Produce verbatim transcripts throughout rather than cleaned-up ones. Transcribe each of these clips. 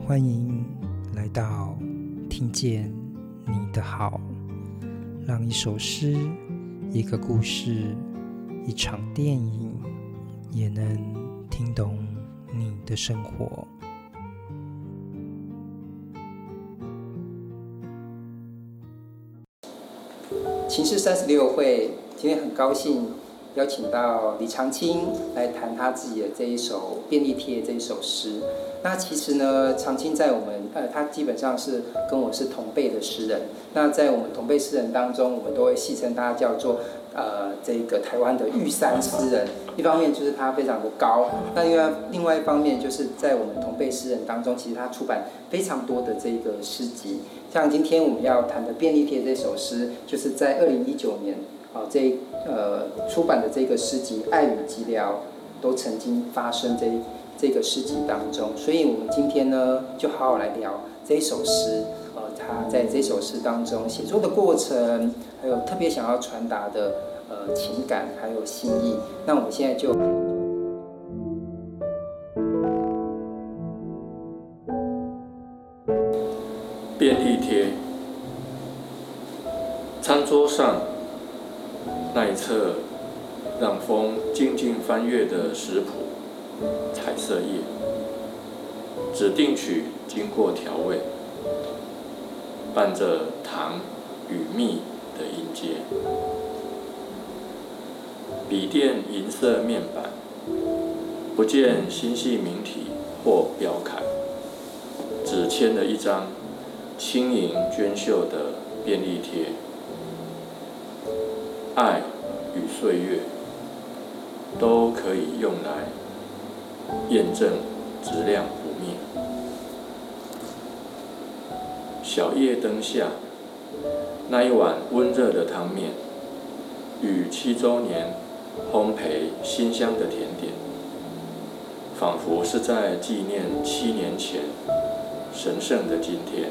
欢迎来到听见你的好，让一首诗、一个故事、一场电影也能听懂你的生活。 情事三十六会，今天很高兴邀请到李长青来谈他自己的这一首《便利贴》这一首诗。那其实呢，长青在我们呃，他基本上是跟我是同辈的诗人。那在我们同辈诗人当中，我们都会戏称他叫做呃这个台湾的玉山诗人。一方面就是他非常的高，那另外另外一方面就是在我们同辈诗人当中，其实他出版非常多的这个诗集。像今天我们要谈的《便利贴》这首诗，就是在二零一九年啊这呃出版的这个诗集《爱与寂寥》都曾经发生这这个诗集当中。所以我们今天呢，就好好来聊这一首诗，呃，他在这首诗当中写作的过程，还有特别想要传达的呃情感，还有心意。那我们现在就。 便利贴，餐桌上那一侧让风静静翻阅的食谱，彩色页，指定曲经过调味，伴着糖与蜜的音阶。笔电银色面板，不见星系名体或标楷，只签了一张轻盈娟秀的便利贴，爱与岁月都可以用来验证质量不灭。小夜灯下，那一碗温热的汤面，与七周年烘焙馨香的甜点，仿佛是在纪念七年前神圣的今天。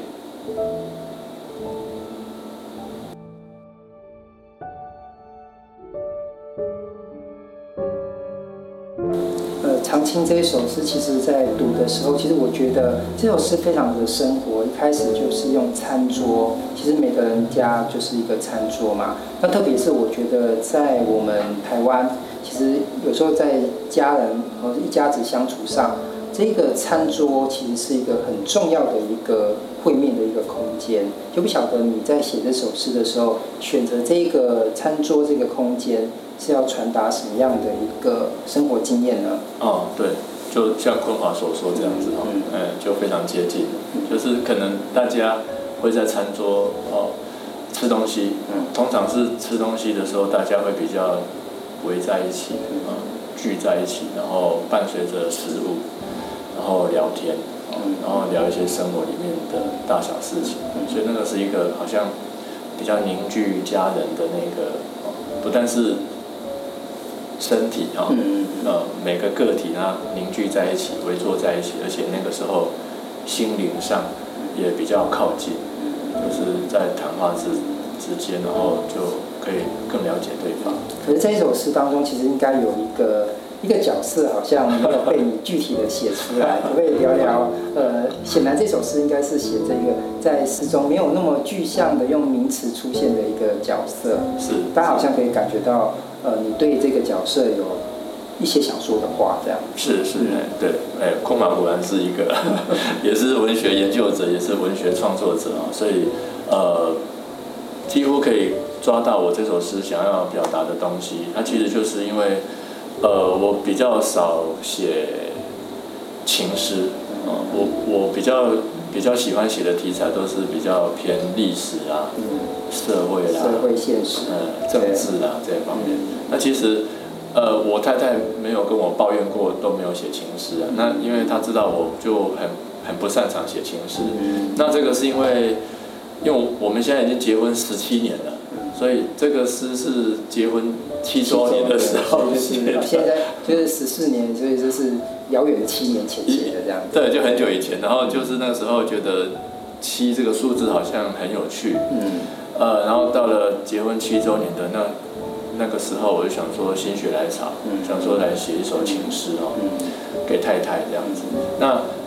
呃，长青这一首诗，其实在读的时候，其实我觉得这首诗非常的生活。一开始就是用餐桌，其实每个人家就是一个餐桌嘛。那特别是我觉得在我们台湾，其实有时候在家人和一家子相处上，这个餐桌其实是一个很重要的一个会面的一个空间。就不晓得你在写这首诗的时候，选择这个餐桌这个空间，是要传达什么样的一个生活经验呢？ 哦，对，就像坤华所说这样子哦，嗯，嗯就非常接近，嗯、就是可能大家会在餐桌哦吃东西，嗯，通常是吃东西的时候，大家会比较围在一起，啊、嗯，聚在一起，然后伴随着食物。然后聊天，然后聊一些生活里面的大小事情，所以那个是一个好像比较凝聚家人的那个，不但是身体哈，呃每个个体呢凝聚在一起，围坐在一起，而且那个时候心灵上也比较靠近，就是在谈话之之间，然后就可以更了解对方。 可是这一首诗当中，其实应该有一个。一个角色好像没有被你具体的写出来，可不可以聊聊？呃，显然这首诗应该是写这个在诗中没有那么具象的用名词出现的一个角色。 是， 大家好像可以感觉到，呃，你对这个角色有一些想说的话，这样。 是是，嗯、对，哎，空马果然是一个，也是文学研究者，也是文学创作者啊，所以呃，几乎可以抓到我这首诗想要表达的东西。它其实就是因为。呃，我比较少写情诗，呃、我我比较比较喜欢写的题材都是比较偏历史啊、嗯、社会啦、 社会现实、 呃、政治啊这一方面。那其实，呃，我太太没有跟我抱怨过都没有写情诗啊。那因为她知道我就很很不擅长写情诗，嗯、那这个是因为，因为我们现在已经结婚十七年了。所以这个诗是结婚七周年的时候写的， 现在就是十四年，所以就是遥远的七年前写的这样子。 对，就很久以前。然后就是那个时候觉得七这个数字好像很有趣，嗯，呃，然后到了结婚七周年的那那个时候，我就想说心血来潮，嗯、想说来写一首情诗哦，嗯、给太太这样子。那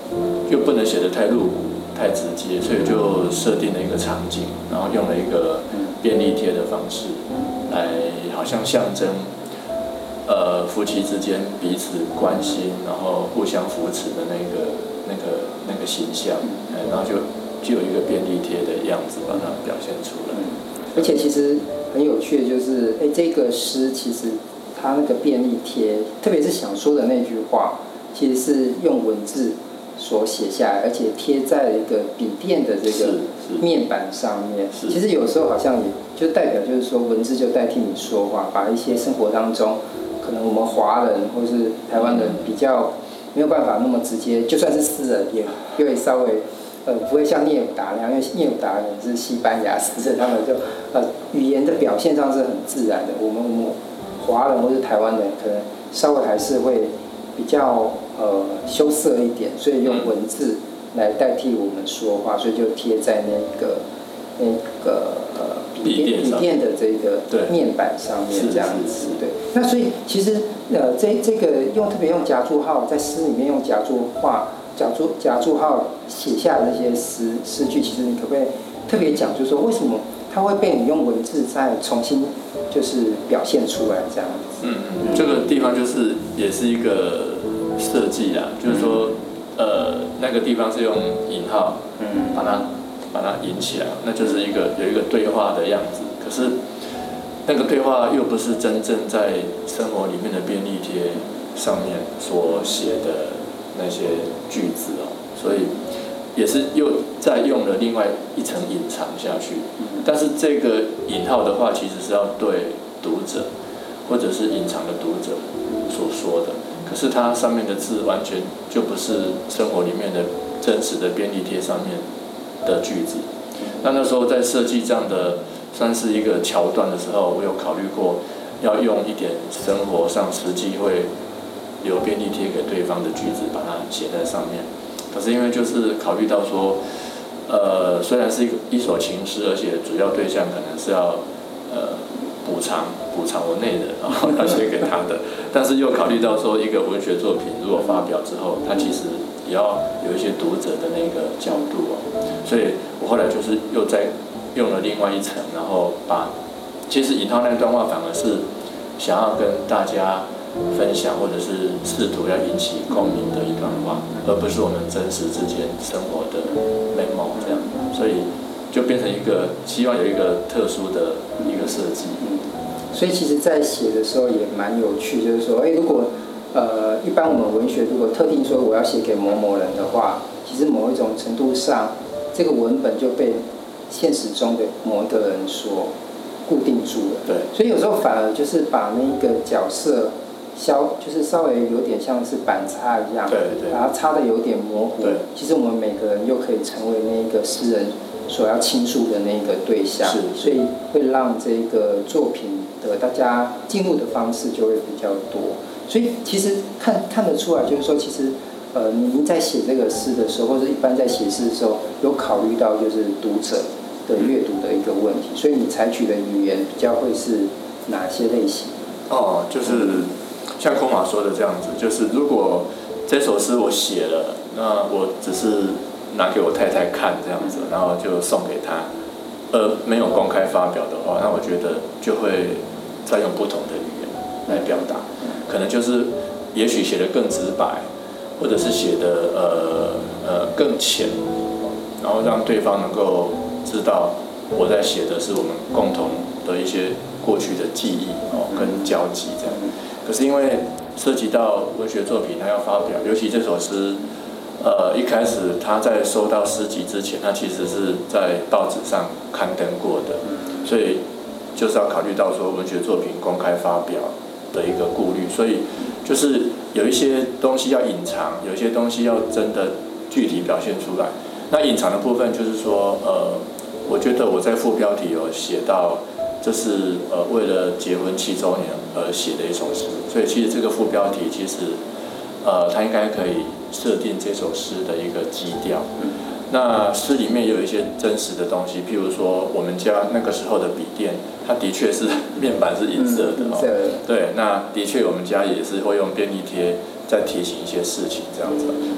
又不能写得太露骨、太直接，所以就设定了一个场景，然后用了一个便利贴的方式，来好像象征，呃，夫妻之间彼此关心，然后互相扶持的那个、那个、那个形象，然后就就有一个便利贴的样子把它表现出来。 而且其实很有趣的就是，哎，这个诗其实它那个便利贴，特别是想说的那句话，其实是用文字所写下来，而且贴在一个笔电的这个面板上面。其实有时候好像也就代表就是说，文字就代替你说话，把一些生活当中可能我们华人或是台湾人比较没有办法那么直接，就算是诗人也也会稍微。呃，不会像聂鲁达那样，因为聂鲁达人是西班牙诗人，他们就呃语言的表现上是很自然的。我们我们华人或是台湾人可能稍微还是会比较呃羞涩一点，所以用文字来代替我们说话，所以就贴在那个那个呃笔电笔电的这个面板上面这样子。对，那所以其实呃这这个用特别用夹注号在诗里面用夹注画。夹注夹注号写下的那些诗诗句，其实你可不可以特别讲，就是说为什么它会被你用文字再重新就是表现出来这样子？ 嗯嗯，这个地方就是也是一个设计啦，就是说呃那个地方是用引号，嗯，把它把它引起来，那就是一个有一个对话的样子。可是那个对话又不是真正在生活里面的便利贴上面所写的那些句子哦，所以也是又再用了另外一层隐藏下去。但是这个引号的话，其实是要对读者或者是隐藏的读者所说的。可是它上面的字完全就不是生活里面的真实的便利贴上面的句子。那那时候在设计这样的算是一个桥段的时候，我有考虑过要用一点生活上实际会留便利贴给对方的句子，把它写在上面。可是因为就是考虑到说，呃，虽然是一个一首情诗，而且主要对象可能是要呃补偿补偿我内人，然后要写给他的，但是又考虑到说，一个文学作品如果发表之后，它其实也要有一些读者的那个角度哦，所以我后来就是又再用了另外一层，然后把其实引号那段话反而是想要跟大家分享，或者是试图要引起共鸣的一段话，而不是我们真实之间生活的美梦这样，所以就变成一个希望有一个特殊的一个设计。 所以其实，在写的时候也蛮有趣，就是说，哎，如果呃，一般我们文学如果特定说我要写给某某人的话，其实某一种程度上，这个文本就被现实中的某一个人所固定住了。 对， 所以有时候反而就是把那个角色消，就是稍微有点像是板擦一样， 对对， 把它擦得有点模糊。 对， 其实我们每个人又可以成为那个诗人所要倾诉的那个对象，所以会让这个作品的大家进入的方式就会比较多。所以其实看看得出来，就是说，其实呃，您在写这个诗的时候，或者一般在写诗的时候，有考虑到就是读者的阅读的一个问题，所以你采取的语言比较会是哪些类型？ 哦，就是像空马说的这样子，就是如果这首诗我写了，那我只是拿给我太太看这样子，然后就送给她，而没有公开发表的话，那我觉得就会再用不同的语言来表达，可能就是也许写得更直白，或者是写得呃呃更浅，然后让对方能够知道我在写的是我们共同的一些过去的记忆哦跟交集这样。可是因为涉及到文学作品，它要发表，尤其这首诗，呃，一开始他在收到诗集之前，他其实是在报纸上刊登过的，所以就是要考虑到说文学作品公开发表的一个顾虑，所以就是有一些东西要隐藏，有一些东西要真的具体表现出来。那隐藏的部分就是说，呃，我觉得我在副标题有写到，这是呃为了结婚七周年而写的一首诗，所以其实这个副标题其实呃它应该可以设定这首诗的一个基调。那诗里面也有一些真实的东西，譬如说我们家那个时候的笔电，它的确是面板是银色的哦。对，那的确我们家也是会用便利贴在提醒一些事情这样子。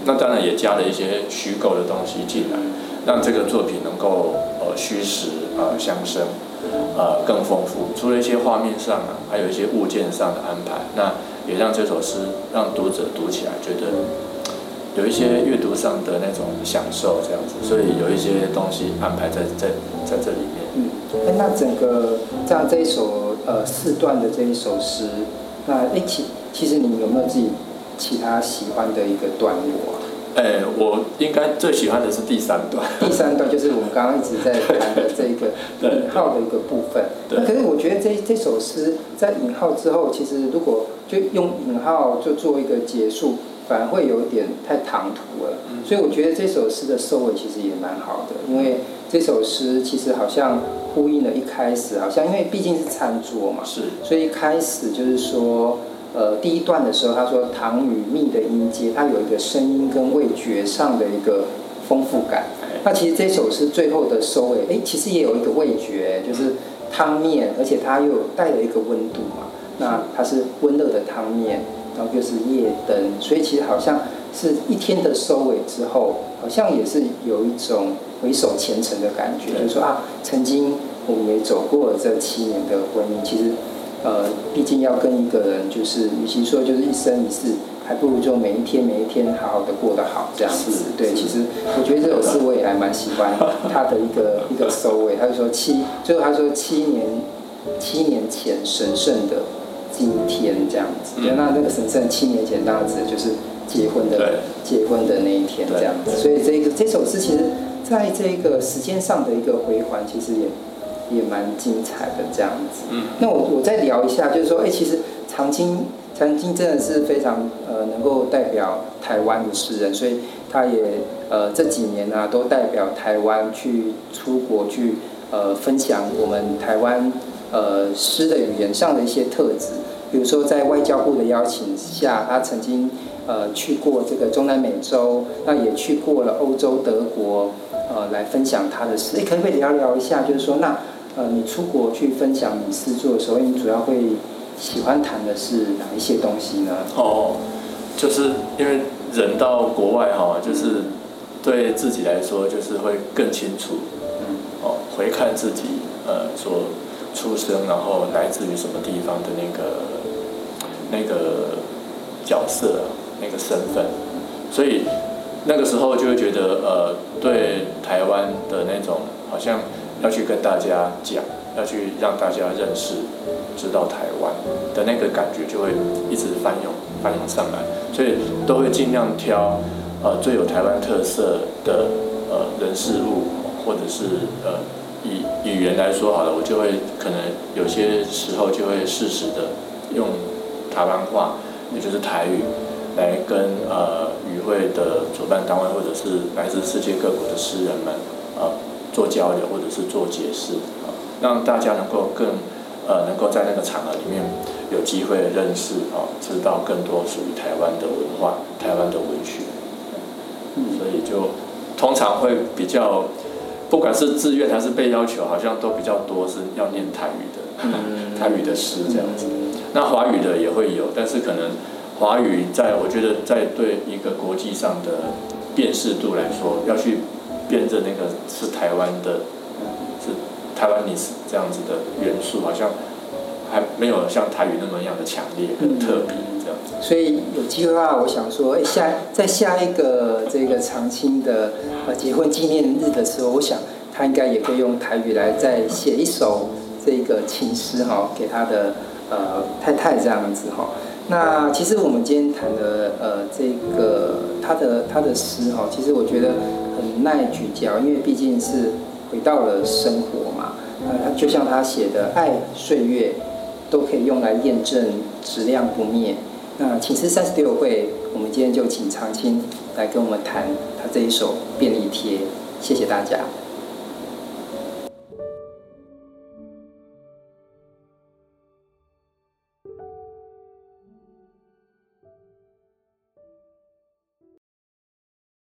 那当然也加了一些虚构的东西进来，让这个作品能够呃虚实呃相生，呃更丰富。除了一些画面上啊，还有一些物件上的安排，那也让这首诗让读者读起来觉得有一些阅读上的那种享受，这样子。所以有一些东西安排在在在这里面。 嗯，哎，那整个这样这一首呃四段的这一首诗，那哎其其实你有没有自己其他喜欢的一个段落啊？ 哎，我应该最喜欢的是第三段。 第三段就是我们刚刚一直在谈的这个引号的一个部分。那可是我觉得这这首诗在引号之后，其实如果就用引号就做一个结束，反而会有点太唐突了。嗯、所以我觉得这首诗的收尾其实也蛮好的，因为这首诗其实好像呼应了一开始，好像因为毕竟是餐桌嘛， 是， 所以一开始就是说。呃，第一段的时候，他说糖与蜜的音阶，它有一个声音跟味觉上的一个丰富感。那其实这首诗最后的收尾，哎，其实也有一个味觉，就是汤面，而且它又带了一个温度嘛。那它是温热的汤面，然后又是夜灯，所以其实好像是一天的收尾之后，好像也是有一种回首前程的感觉，就是说啊，曾经我们也走过了这七年的婚姻，其实。呃，毕竟要跟一个人，就是与其说就是一生一世，还不如就每一天每一天好好的过得好这样子。对，其实我觉得这首诗我也还蛮喜欢他的一个一个收尾。他就说七，最后他说七年七年前神圣的今天这样子。嗯、那那个神圣七年前当然指的就是结婚的结婚的那一天这样子。所以这个这首诗其实在这个时间上的一个回环，其实也。也蛮精彩的这样子。嗯，那我我再聊一下，就是说，哎、欸，其实长青长青真的是非常呃能够代表台湾的诗人，所以他也呃这几年啊都代表台湾去出国去呃分享我们台湾呃诗的语言上的一些特质。比如说在外交部的邀请下，他曾经呃去过这个中南美洲，那也去过了欧洲德国，呃来分享他的诗。哎、欸，可不可以聊聊一下，就是说那。呃，你出国去分享你诗作的时候，你主要会喜欢谈的是哪一些东西呢？ 哦，就是因为人到国外哈，就是对自己来说，就是会更清楚，嗯，哦，回看自己呃所出生，然后来自于什么地方的那个那个角色、那个身份，所以那个时候就会觉得呃，对台湾的那种好像。要去跟大家讲，要去让大家认识、知道台湾的那个感觉，就会一直翻涌、翻涌上来，所以都会尽量挑呃最有台湾特色的呃人事物，或者是呃以语言来说好了，我就会可能有些时候就会适时的用台湾话，也就是台语，来跟呃语会的主办单位或者是来自世界各国的诗人们呃。做交流或者是做解释，让大家能够更呃能够在那个场合里面有机会认识啊，知道更多属于台湾的文化、台湾的文学。嗯，所以就通常会比较，不管是自愿还是被要求，好像都比较多是要念台语的，嗯、台语的诗这样子。那华语的也会有，但是可能华语在我觉得在对一个国际上的辨识度来说，要去。编着那个是台湾的，是台湾历史这样子的元素，好像还没有像台语那么样的强烈、很特别这样子。 所以有机会的话，我想说，哎，下在下一个这个长青的呃结婚纪念日的时候，我想他应该也可以用台语来再写一首这个情诗哈，给他的呃太太这样子哈。那其实我们今天谈的呃这个他的他的诗哈，其实我觉得很耐聚焦，因为毕竟是回到了生活嘛。呃，就像他写的“爱岁月”，都可以用来验证质量不灭。那情诗三十六会，我们今天就请长青来跟我们谈他这一首便利贴。谢谢大家。